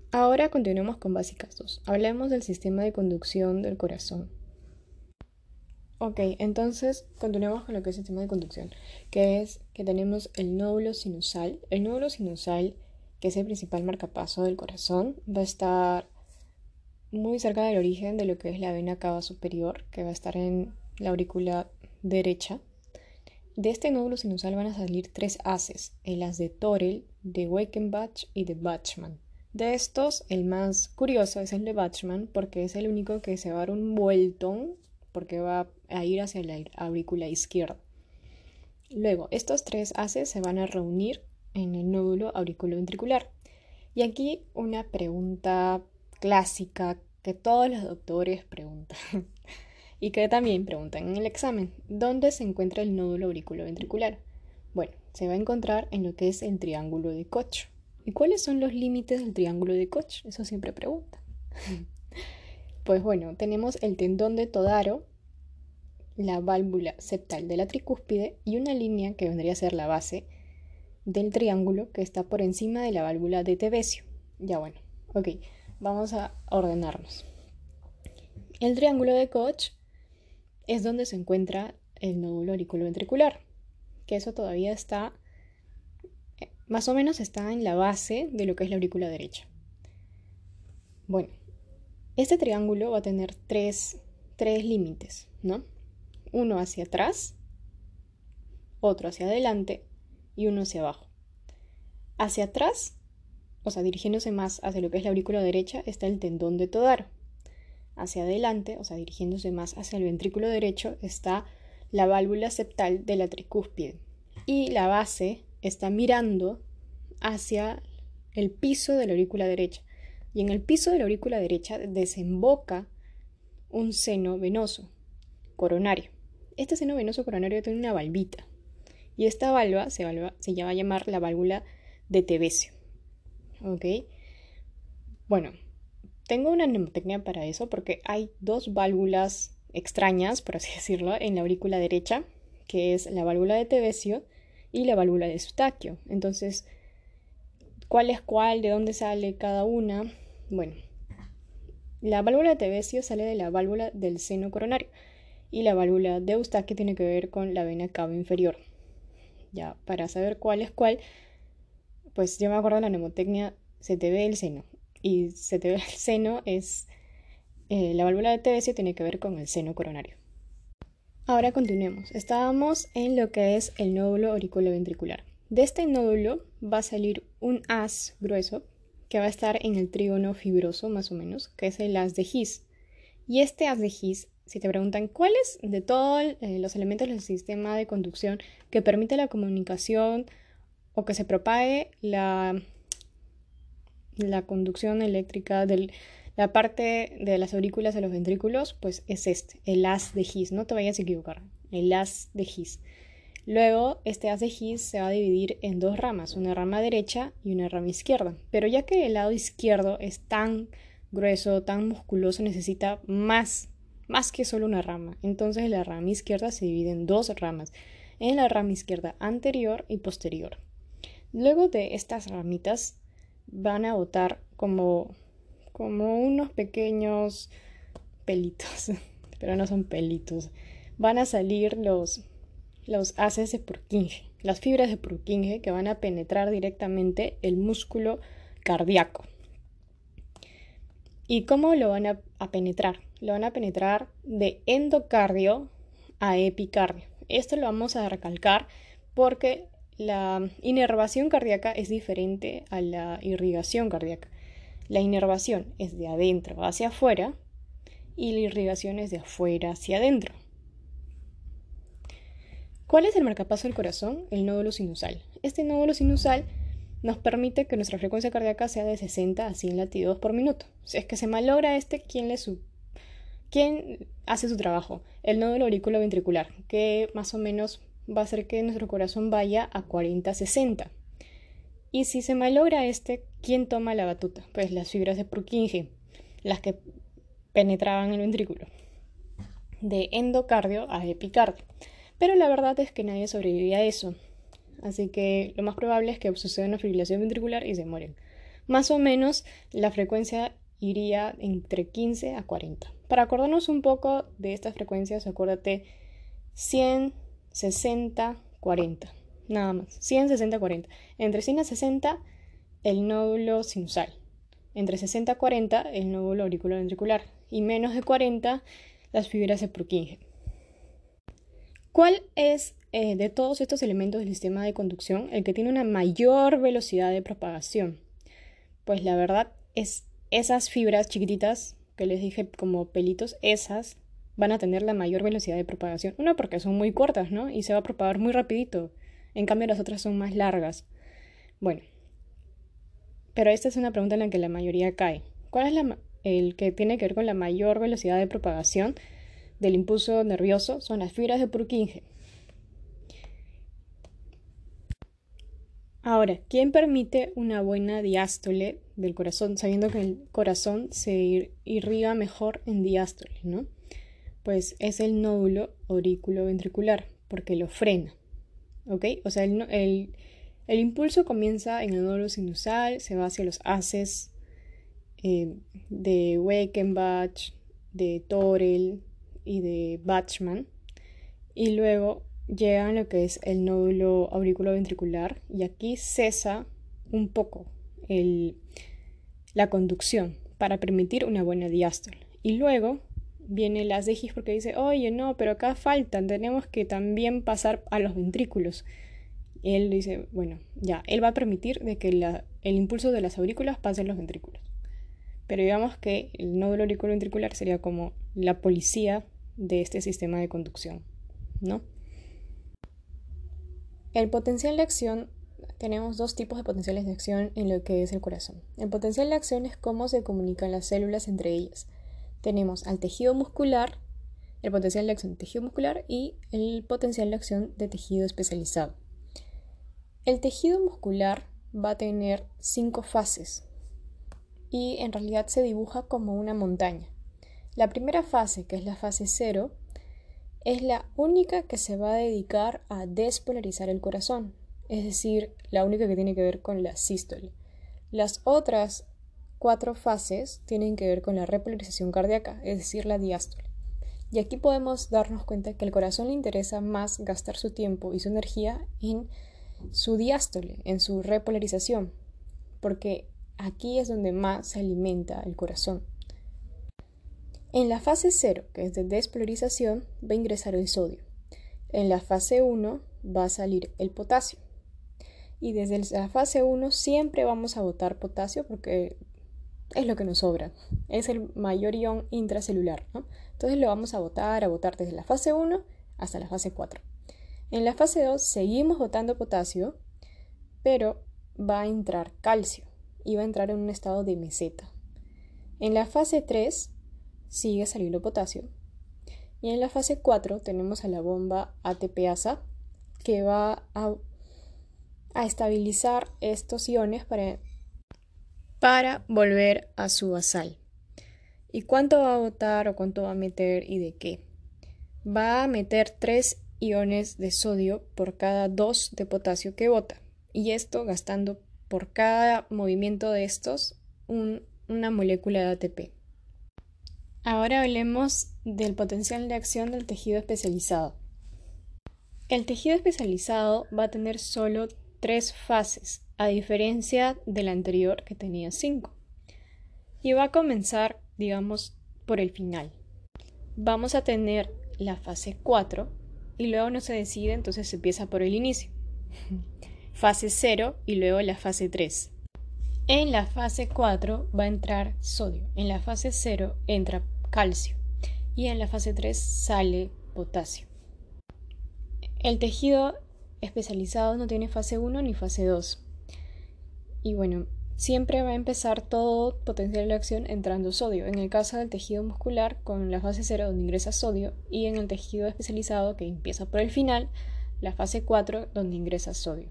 Ahora continuemos con básicas 2. Hablemos del sistema de conducción del corazón. Ok, entonces continuemos con lo que es el sistema de conducción, que es que tenemos el nódulo sinusal. El nódulo sinusal, que es el principal marcapaso del corazón, va a estar muy cerca del origen de lo que es la vena cava superior, que va a estar en la aurícula derecha. De este nódulo sinusal van a salir tres haces, el haz de Torel, de Weichenbach y de Bachmann. De estos, el más curioso es el de Bachmann porque es el único que se va a dar un vueltón porque va a ir hacia la aurícula izquierda. Luego, estos tres haces se van a reunir en el nódulo auriculoventricular. Y aquí una pregunta clásica que todos los doctores preguntan y que también preguntan en el examen: ¿dónde se encuentra el nódulo auriculoventricular? Bueno, se va a encontrar en lo que es el triángulo de Koch. ¿Y cuáles son los límites del triángulo de Koch? Eso siempre pregunta. Pues bueno, tenemos el tendón de Todaro, la válvula septal de la tricúspide y una línea que vendría a ser la base del triángulo que está por encima de la válvula de Tevesio. Ya bueno, ok, vamos a ordenarnos. El triángulo de Koch es donde se encuentra el nódulo auriculoventricular, que eso todavía está, más o menos está en la base de lo que es la aurícula derecha. Bueno, este triángulo va a tener tres límites, ¿no? Uno hacia atrás, otro hacia adelante y uno hacia abajo. Hacia atrás, o sea, dirigiéndose más hacia lo que es la aurícula derecha, está el tendón de Todaro. Hacia adelante, o sea, dirigiéndose más hacia el ventrículo derecho, está la válvula septal de la tricúspide. Y la base está mirando hacia el piso de la aurícula derecha. Y en el piso de la aurícula derecha desemboca un seno venoso coronario. Este seno venoso coronario tiene una valvita. Y esta valva se va a llamar la válvula de Tevesio. ¿Ok? Bueno, tengo una mnemotecnia para eso porque hay dos válvulas extrañas, por así decirlo, en la aurícula derecha, que es la válvula de Tevesio y la válvula de Eustaquio. Entonces, ¿cuál es cuál? ¿De dónde sale cada una? Bueno, la válvula de Tevesio sale de la válvula del seno coronario y la válvula de Eustaquio tiene que ver con la vena cava inferior. Ya, para saber cuál es cuál, pues yo me acuerdo de la mnemotecnia: se te ve el seno. Y se te ve el seno es la válvula de Tevesio tiene que ver con el seno coronario. Ahora continuemos. Estábamos en lo que es el nódulo auriculoventricular. De este nódulo va a salir un haz grueso que va a estar en el trígono fibroso, más o menos, que es el haz de His. Y este haz de His, si te preguntan cuáles de todos los elementos del sistema de conducción que permite la comunicación o que se propague la conducción eléctrica de la parte de las aurículas a los ventrículos, pues es el haz de His. No te vayas a equivocar, el haz de His. Luego, este haz de His se va a dividir en dos ramas, una rama derecha y una rama izquierda. Pero ya que el lado izquierdo es tan grueso, tan musculoso, necesita más que solo una rama. Entonces la rama izquierda se divide en dos ramas, en la rama izquierda anterior y posterior. Luego de estas ramitas van a botar como unos pequeños pelitos, pero no son pelitos. Van a salir los haces de Purkinje, las fibras de Purkinje que van a penetrar directamente el músculo cardíaco. ¿Y cómo lo van a penetrar? Lo van a penetrar de endocardio a epicardio. Esto lo vamos a recalcar porque la inervación cardíaca es diferente a la irrigación cardíaca. La inervación es de adentro hacia afuera y la irrigación es de afuera hacia adentro. ¿Cuál es el marcapaso del corazón? El nódulo sinusal. Este nódulo sinusal nos permite que nuestra frecuencia cardíaca sea de 60 a 100 latidos por minuto. Si es que se malogra ¿quién hace su trabajo? El nódulo auriculoventricular, que más o menos va a hacer que nuestro corazón vaya a 40-60. Y si se malogra ¿quién toma la batuta? Pues las fibras de Purkinje, las que penetraban el ventrículo, de endocardio a epicardio. Pero la verdad es que nadie sobrevive a eso. Así que lo más probable es que suceda una fibrilación ventricular y se mueren. Más o menos la frecuencia iría entre 15 a 40. Para acordarnos un poco de estas frecuencias, acuérdate 100, 60, 40. Nada más. 100, 60, 40. Entre 100 a 60, el nódulo sinusal. Entre 60 a 40, el nódulo auriculoventricular. Y menos de 40, las fibras de Purkinje. ¿Cuál es de todos estos elementos del sistema de conducción el que tiene una mayor velocidad de propagación? Pues la verdad es esas fibras chiquititas que les dije como pelitos, esas van a tener la mayor velocidad de propagación. Una porque son muy cortas, ¿no? Y se va a propagar muy rapidito. En cambio las otras son más largas. Bueno, pero esta es una pregunta en la que la mayoría cae. ¿Cuál es el que tiene que ver con la mayor velocidad de propagación del impulso nervioso? Son las fibras de Purkinje. Ahora, ¿quién permite una buena diástole del corazón, sabiendo que el corazón se irriga mejor en diástole, ¿no? Pues es el nódulo auriculoventricular, porque lo frena, ¿ok? O sea, el impulso comienza en el nódulo sinusal, se va hacia los haces de Weichenbach, de Torel y de Bachmann, y luego llega a lo que es el nódulo auriculoventricular, y aquí cesa un poco la conducción para permitir una buena diástole. Y luego viene las de Higgs porque dice, oye, no, pero acá faltan, tenemos que también pasar a los ventrículos. Y él dice, bueno, ya, él va a permitir de que el impulso de las aurículas pase a los ventrículos. Pero digamos que el nódulo auriculoventricular sería como la policía de este sistema de conducción, ¿no? El potencial de acción, tenemos dos tipos de potenciales de acción en lo que es el corazón. El potencial de acción es cómo se comunican las células entre ellas. Tenemos al tejido muscular, el potencial de acción de tejido muscular y el potencial de acción de tejido especializado. El tejido muscular va a tener 5 fases y en realidad se dibuja como una montaña. La primera fase, que es la fase 0, es la única que se va a dedicar a despolarizar el corazón, es decir, la única que tiene que ver con la sístole. Las otras 4 fases tienen que ver con la repolarización cardíaca, es decir, la diástole. Y aquí podemos darnos cuenta que al corazón le interesa más gastar su tiempo y su energía en su diástole, en su repolarización, porque aquí es donde más se alimenta el corazón. En la fase 0, que es de despolarización, va a ingresar el sodio. En la fase 1 va a salir el potasio. Y desde la fase 1 siempre vamos a botar potasio porque es lo que nos sobra. Es el mayor ion intracelular, ¿no? Entonces lo vamos a botar desde la fase 1 hasta la fase 4. En la fase 2 seguimos botando potasio, pero va a entrar calcio y va a entrar en un estado de meseta. En la fase 3 sigue saliendo potasio. Y en la fase 4 tenemos a la bomba ATPasa que va a estabilizar estos iones para volver a su basal. ¿Y cuánto va a botar o cuánto va a meter y de qué? Va a meter 3 iones de sodio por cada 2 de potasio que bota. Y esto gastando por cada movimiento de estos una molécula de ATP. Ahora hablemos del potencial de acción del tejido especializado. El tejido especializado va a tener solo 3 fases, a diferencia del anterior que tenía 5. Y va a comenzar, digamos, por el final. Vamos a tener la fase 4 y luego no se decide, entonces se empieza por el inicio. Fase 0 y luego la fase 3. En la fase 4 va a entrar sodio, en la fase 0 entra calcio y en la fase 3 sale potasio. El tejido especializado no tiene fase 1 ni fase 2. Y bueno, siempre va a empezar todo potencial de acción entrando sodio. En el caso del tejido muscular con la fase 0 donde ingresa sodio y en el tejido especializado que empieza por el final, la fase 4 donde ingresa sodio.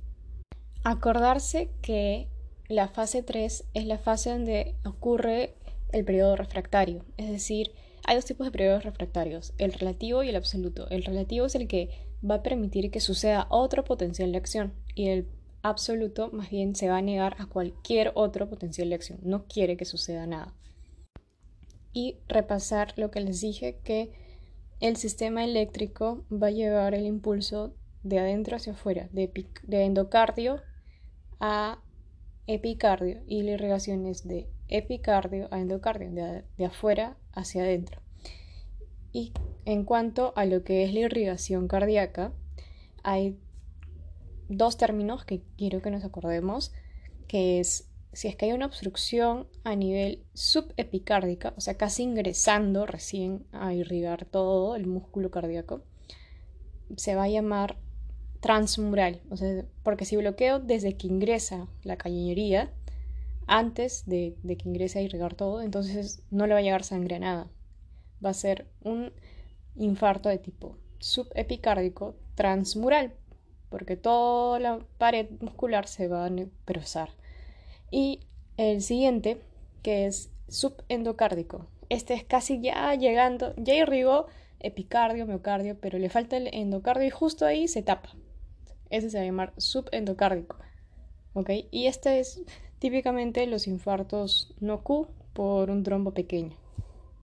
Acordarse que la fase 3 es la fase donde ocurre el periodo refractario, es decir, hay 2 tipos de periodos refractarios, el relativo y el absoluto. El relativo es el que va a permitir que suceda otro potencial de acción y el absoluto, más bien se va a negar a cualquier otro potencial de acción. No quiere que suceda nada. Y repasar lo que les dije, que el sistema eléctrico va a llevar el impulso de adentro hacia afuera, de endocardio a epicardio, y la irrigación es de epicardio a endocardio, de afuera hacia adentro. Y en cuanto a lo que es la irrigación cardíaca, hay dos términos que quiero que nos acordemos, que es si es que hay una obstrucción a nivel subepicárdica, o sea, casi ingresando recién a irrigar todo el músculo cardíaco, se va a llamar transmural, o sea, porque si bloqueo desde que ingresa la cañería, antes de que ingrese a irrigar todo, entonces no le va a llegar sangre a nada. Va a ser un infarto de tipo subepicárdico transmural, porque toda la pared muscular se va a necrosar. Y el siguiente, que es subendocárdico. Este es casi ya llegando, ya irrigó epicardio, miocardio, pero le falta el endocardio y justo ahí se tapa. Ese se va a llamar subendocárdico. ¿Ok? Y este es típicamente los infartos no Q por un trombo pequeño.